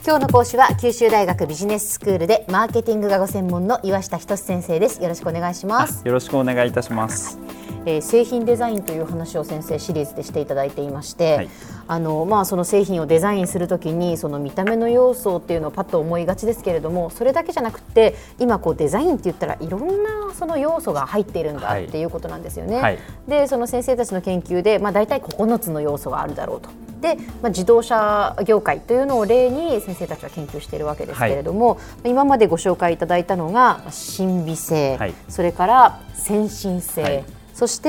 今日の講師は九州大学ビジネススクールでマーケティングがご専門の岩下仁先生です。よろしくお願いします。 よろしくお願いいたします。 製品デザインという話を先生シリーズでしていただいていまして、その製品をデザインするときにその見た目の要素っていうのをパッと思いがちですけれども、それだけじゃなくて今デザインって言ったらいろんなその要素が入っているんだっていうことなんですよね。でその先生たちの研究で、大体9つの要素があるだろうと。で自動車業界というのを例に先生たちは研究しているわけですけれども、今までご紹介いただいたのが審美性、それから先進性、そして、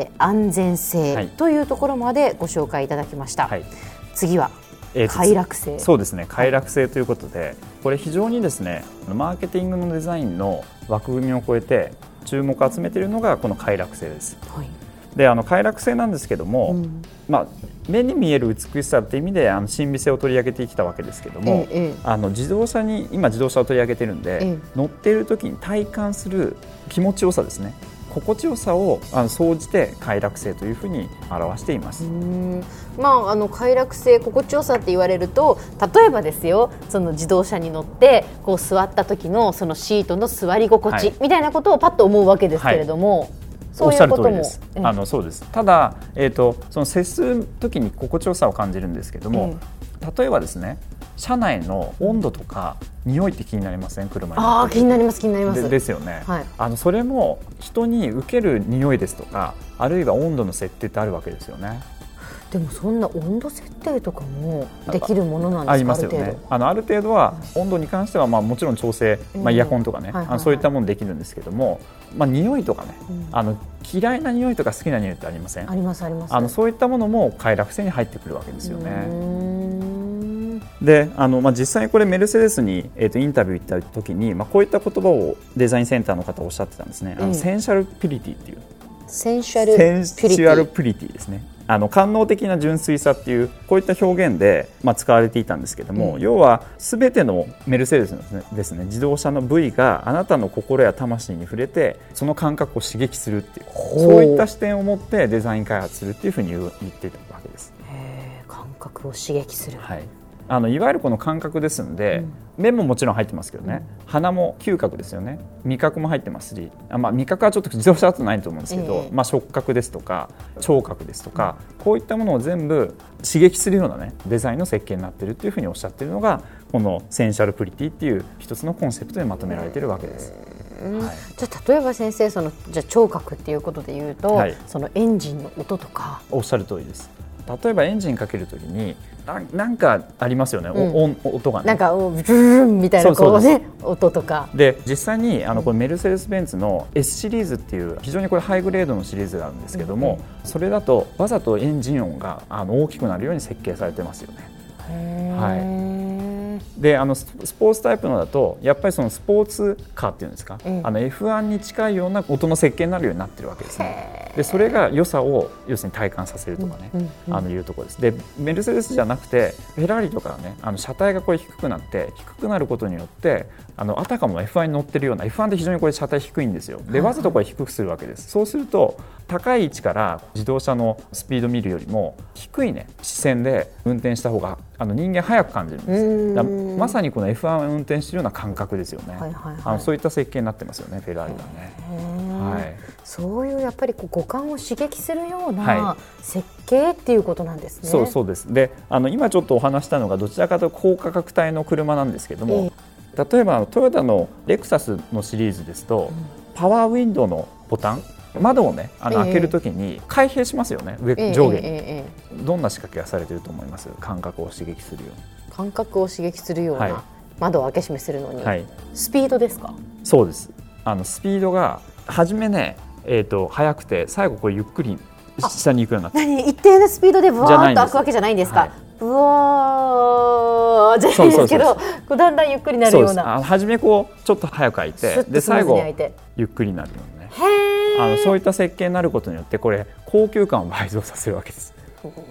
安全性というところまでご紹介いただきました。次は快楽性。 そうですね、快楽性ということで、これ非常にですね、マーケティングのデザインの枠組みを超えて注目を集めているのがこの快楽性です。で快楽性なんですけども、目に見える美しさという意味で審美性を取り上げてきたわけですけども、自動車に今自動車を取り上げているので、乗っている時に体感する気持ちよさですね、心地よさを総じて快楽性というふうに表しています。 快楽性、心地よさって言われると、例えばですよ、その自動車に乗って座った時のそのシートの座り心地みたいなことをパッと思うわけですけれども、そういうこともおっしゃる通りです。そうです。ただ、その接する時に心地よさを感じるんですけども、例えばですね、車内の温度とか匂いって気になりません？車に。 気になります、気になります。 ですよね。それも人に受ける匂いですとか、あるいは温度の設定ってあるわけですよね。 でもそんな温度設定とかもできるものなんですか？ ありますよね。ある程度は温度に関してはもちろん調整、エアコンとかね、そういったものできるんですけども、匂いとかね、嫌いな匂いとか好きな匂いってありません？ありますあります。そういったものも快楽性に入ってくるわけですよね。で実際にこれメルセデスに、インタビュー行った時に、こういった言葉をデザインセンターの方おっしゃってたんですね。センシャルピュリティっていう、 センシュアルピュリティですね。官能的な純粋さっていうこういった表現で、使われていたんですけども、要は全てのメルセデスのですね、自動車の部位があなたの心や魂に触れてその感覚を刺激するっていう、そういった視点を持ってデザイン開発するっていうふうに言っていたわけです。 感覚を刺激する。 いわゆるこの感覚ですので、目ももちろん入ってますけどね、鼻も嗅覚ですよね、味覚も入ってますし、味覚はちょっと自動車だとないと思うんですけど、触覚ですとか聴覚ですとか、こういったものを全部刺激するような、デザインの設計になっているというふうにおっしゃっているのが、このセンシャルプリティっていう一つのコンセプトでまとめられているわけです。 じゃあ例えば先生、じゃあ聴覚っていうことでいうと、そのエンジンの音とか。 おっしゃる通りです。例えばエンジンかけるときになんかありますよね、音がね、 なんかブーンみたいな音とかで、実際にこのメルセデス・ベンツの S シリーズっていう非常にこれハイグレードのシリーズがあるんですけども、それだとわざとエンジン音が大きくなるように設計されてますよね。でスポーツタイプのだとやっぱりそのスポーツカーっていうんですか、F1 に近いような音の設計になるようになってるわけですね。でそれが良さを要するに体感させるとかね、いうところです。でメルセデスじゃなくてフェラーリとかはね、車体がこれ低くなることによってあたかも F1 に乗ってるような、 F1 って非常にこれ車体低いんですよ。でわざとこれ低くするわけです。そうすると高い位置から自動車のスピード見るよりも低い視線で運転した方が人間早く感じるんです。だまさにこの F1 を運転しているような感覚ですよね。そういった設計になってますよね、フェラーリはね。 そういうやっぱり五感を刺激するような設計っていうことなんですね。 そうです。で今ちょっとお話したのがどちらかというと高価格帯の車なんですけども、例えばトヨタのレクサスのシリーズですと、パワーウィンドウのボタン、窓をね開けるときに開閉しますよね、上下に。どんな仕掛けがされていると思います？感覚を刺激するような。 感覚を刺激するような、窓を開け閉めするのに、スピードですか？ そうです。スピードが初めね、速くて最後これゆっくり下に行くようになって、 一定のスピードでブワーッと開くわけじゃないんですか？ブワーじゃないですけど、だんだんゆっくりなるような。 初めちょっと早く開いて、で最後ゆっくりになるようなね、そういった設計になることによってこれ高級感を倍増させるわけです。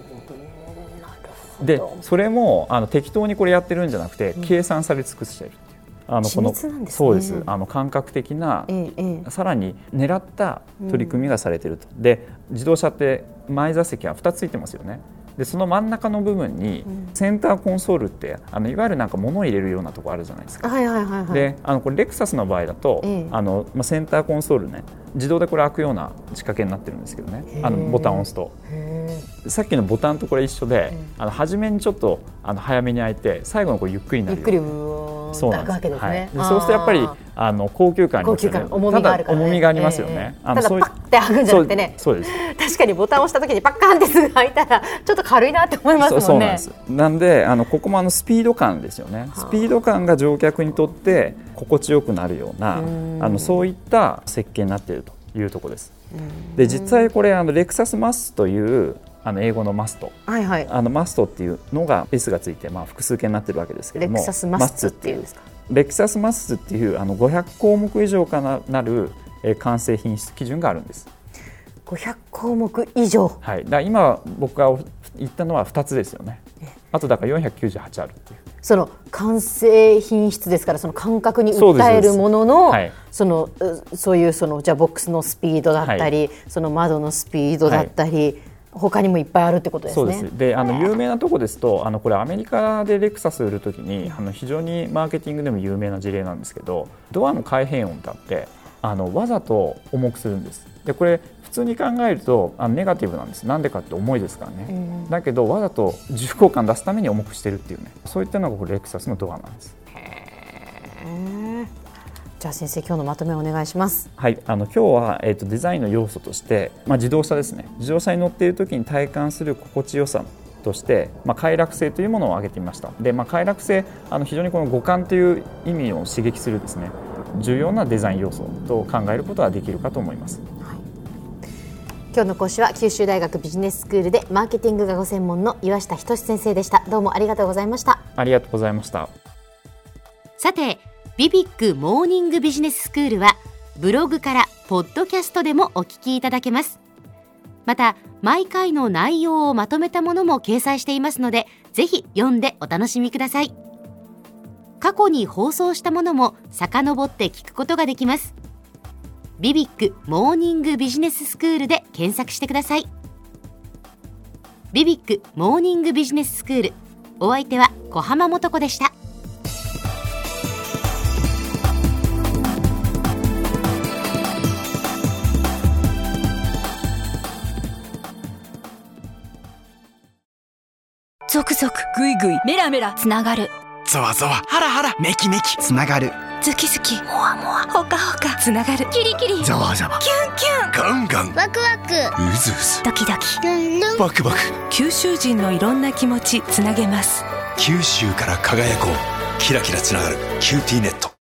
でそれも適当にこれやってるんじゃなくて、計算され尽くしている。そうです。感覚的な、さらに狙った取り組みがされていると。で自動車って前座席は2つついてますよね。 でその真ん中の部分にセンターコンソールっていわゆるなんか物を入れるようなところあるじゃないですか。でこれレクサスの場合だと、センターコンソールね、自動でこれ開くような仕掛けになってるんですけどね、ボタンを押すとさっきのボタンとこれ一緒で、初めにちょっと早めに開いて最後のこうゆっくりになるように、 ゆっくりそうなんですね。 そうするとやっぱり高級感ありますよね。 重みがあるからね。 重みがありますよね。 ただパッて開くんじゃなくてね。そうです。確かにボタンを押した時にパッカーンってすぐ開いたらちょっと軽いなって思いますもんね。 そうなんです。なんでここもスピード感ですよね。スピード感が乗客にとって心地よくなるようなそういった設計になっているというところです。で実際これレクサスマスという英語のマスト、マストっていうのが S がついて、複数形になってるわけですけども、 レクサスマスっていうんですか。 レクサスマスっていう500項目以上かなる完成品質基準があるんです。 500項目以上、 だ今僕が言ったのは2つですよね。あとだから498あるっていう、 その完成品質ですから、その感覚に訴えるもののそういうじゃあボックスのスピードだったり、その窓のスピードだったり、他にもいっぱいあるってことですね。 そうです。で有名なとこですとこれアメリカでレクサス売るときに非常にマーケティングでも有名な事例なんですけど、ドアの開閉音だってわざと重くするんです。でこれ普通に考えるとネガティブなんです。なんでかって重いですからね、だけどわざと重厚感出すために重くしてるっていうね、そういったのがこれレクサスのドアなんです。 じゃあ先生、今日のまとめをお願いします。 はい、今日は、デザインの要素として、自動車ですね。自動車に乗っているときに体感する心地よさとして、快楽性というものを挙げてみました。で、快楽性、非常にこの五感という意味を刺激するですね、重要なデザイン要素と考えることができるかと思います。 今日の講師は九州大学ビジネススクールでマーケティングがご専門の岩下仁先生でした。どうもありがとうございました。 ありがとうございました。 さて、ビビックモーニングビジネススクールはブログからポッドキャストでもお聞きいただけます。また毎回の内容をまとめたものも掲載していますので、ぜひ読んでお楽しみください。過去に放送したものも遡って聞くことができます。ビビックモーニングビジネススクールで検索してください。ビビックモーニングビジネススクール、お相手は小浜もとこでした。 ゾクゾクグイグイメラメラつながる、 ゾワゾワハラハラメキメキつながる、 ズキズキモワモワホカホカつながる、キリキリザワザワキュンキュンガンガンワクワクうずうずドキドキルンルンバクバク、 九州人のいろんな気持ちつなげます。 九州から輝こう、キラキラつながるキューティーネット。